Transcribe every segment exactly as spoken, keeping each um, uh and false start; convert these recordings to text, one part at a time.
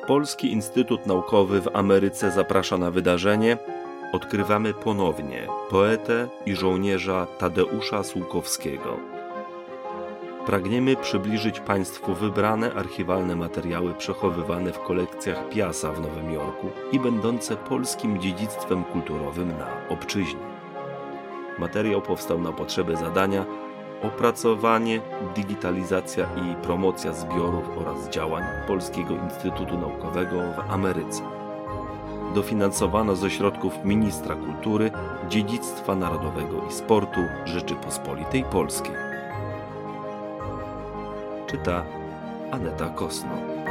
Polski Instytut Naukowy w Ameryce zaprasza na wydarzenie Odkrywamy ponownie poetę i żołnierza Tadeusza Sułkowskiego. Pragniemy przybliżyć Państwu wybrane archiwalne materiały przechowywane w kolekcjach Piasa w Nowym Jorku i będące polskim dziedzictwem kulturowym na obczyźnie. Materiał powstał na potrzeby zadania opracowanie, digitalizacja i promocja zbiorów oraz działań Polskiego Instytutu Naukowego w Ameryce. Dofinansowano ze środków Ministra Kultury, Dziedzictwa Narodowego i Sportu Rzeczypospolitej Polskiej. Czyta Aneta Kosno.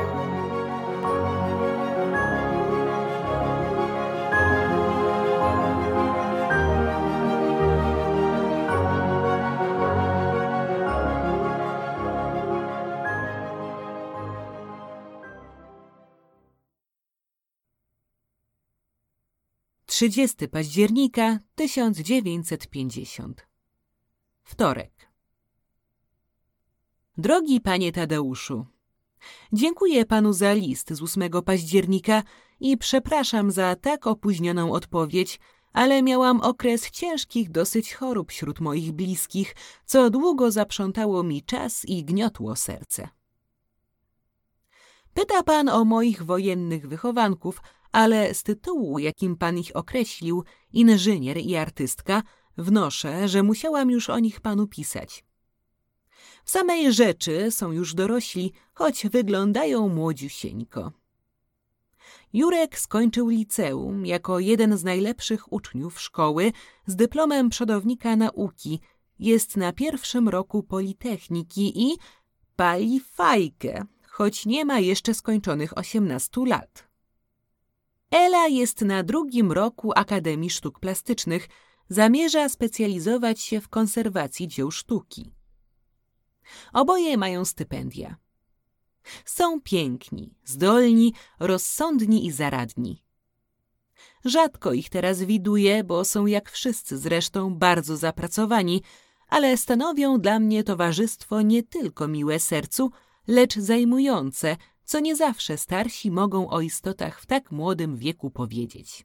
trzydziestego października tysiąc dziewięćset pięćdziesiątego. Wtorek. Drogi panie Tadeuszu, dziękuję panu za list z ósmego października i przepraszam za tak opóźnioną odpowiedź, ale miałam okres ciężkich dosyć chorób wśród moich bliskich, co długo zaprzątało mi czas i gniotło serce. Pyta pan o moich wojennych wychowanków, ale z tytułu, jakim pan ich określił, inżynier i artystka, wnoszę, że musiałam już o nich panu pisać. W samej rzeczy są już dorośli, choć wyglądają młodziusieńko. Jurek skończył liceum jako jeden z najlepszych uczniów szkoły z dyplomem przodownika nauki, jest na pierwszym roku Politechniki i pali fajkę, choć nie ma jeszcze skończonych osiemnastu lat. Ela jest na drugim roku Akademii Sztuk Plastycznych, zamierza specjalizować się w konserwacji dzieł sztuki. Oboje mają stypendia. Są piękni, zdolni, rozsądni i zaradni. Rzadko ich teraz widuję, bo są jak wszyscy zresztą bardzo zapracowani, ale stanowią dla mnie towarzystwo nie tylko miłe sercu, lecz zajmujące, co nie zawsze starsi mogą o istotach w tak młodym wieku powiedzieć.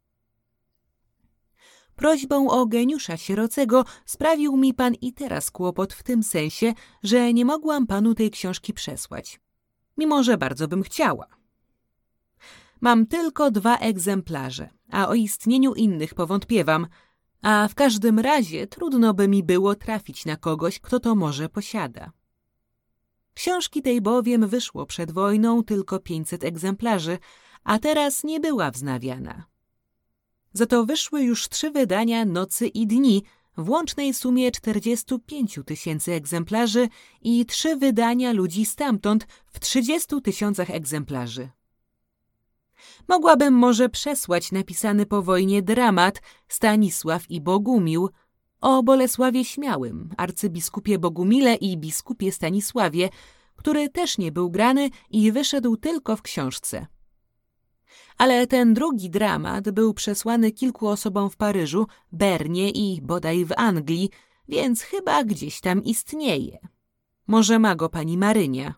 Prośbą o geniusza sierocego sprawił mi pan i teraz kłopot w tym sensie, że nie mogłam panu tej książki przesłać, mimo że bardzo bym chciała. Mam tylko dwa egzemplarze, a o istnieniu innych powątpiewam, a w każdym razie trudno by mi było trafić na kogoś, kto to może posiada. Książki tej bowiem wyszło przed wojną tylko pięćset egzemplarzy, a teraz nie była wznawiana. Za to wyszły już trzy wydania Nocy i Dni w łącznej sumie czterdziestu pięciu tysięcy egzemplarzy i trzy wydania Ludzi stamtąd w trzydziestu tysiącach egzemplarzy. Mogłabym może przesłać napisany po wojnie dramat Stanisław i Bogumił o Bolesławie Śmiałym, arcybiskupie Bogumile i biskupie Stanisławie, który też nie był grany i wyszedł tylko w książce. Ale ten drugi dramat był przesłany kilku osobom w Paryżu, Bernie i bodaj w Anglii, więc chyba gdzieś tam istnieje. Może ma go pani Marynia.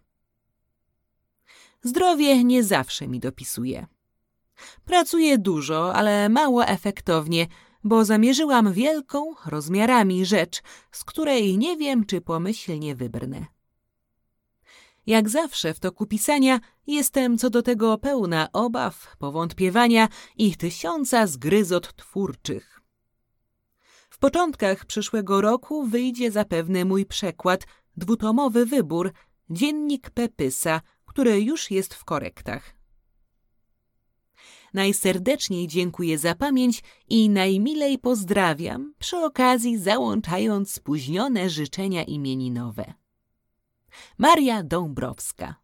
Zdrowie nie zawsze mi dopisuje. Pracuję dużo, ale mało efektownie, bo zamierzyłam wielką, rozmiarami rzecz, z której nie wiem, czy pomyślnie wybrnę. Jak zawsze w toku pisania jestem co do tego pełna obaw, powątpiewania i tysiąca zgryzot twórczych. W początkach przyszłego roku wyjdzie zapewne mój przekład, dwutomowy wybór, Dziennik Pepysa, który już jest w korektach. Najserdeczniej dziękuję za pamięć i najmilej pozdrawiam, przy okazji załączając spóźnione życzenia imieninowe. Maria Dąbrowska.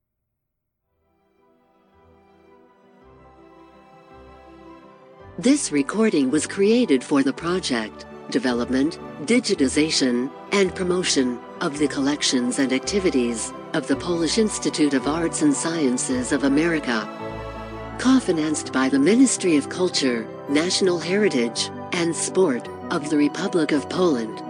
This recording was created for the project, development, digitization, and promotion of the collections and activities of the Polish Institute of Arts and Sciences of America, co-financed by the Ministry of Culture, National Heritage, and Sport of the Republic of Poland.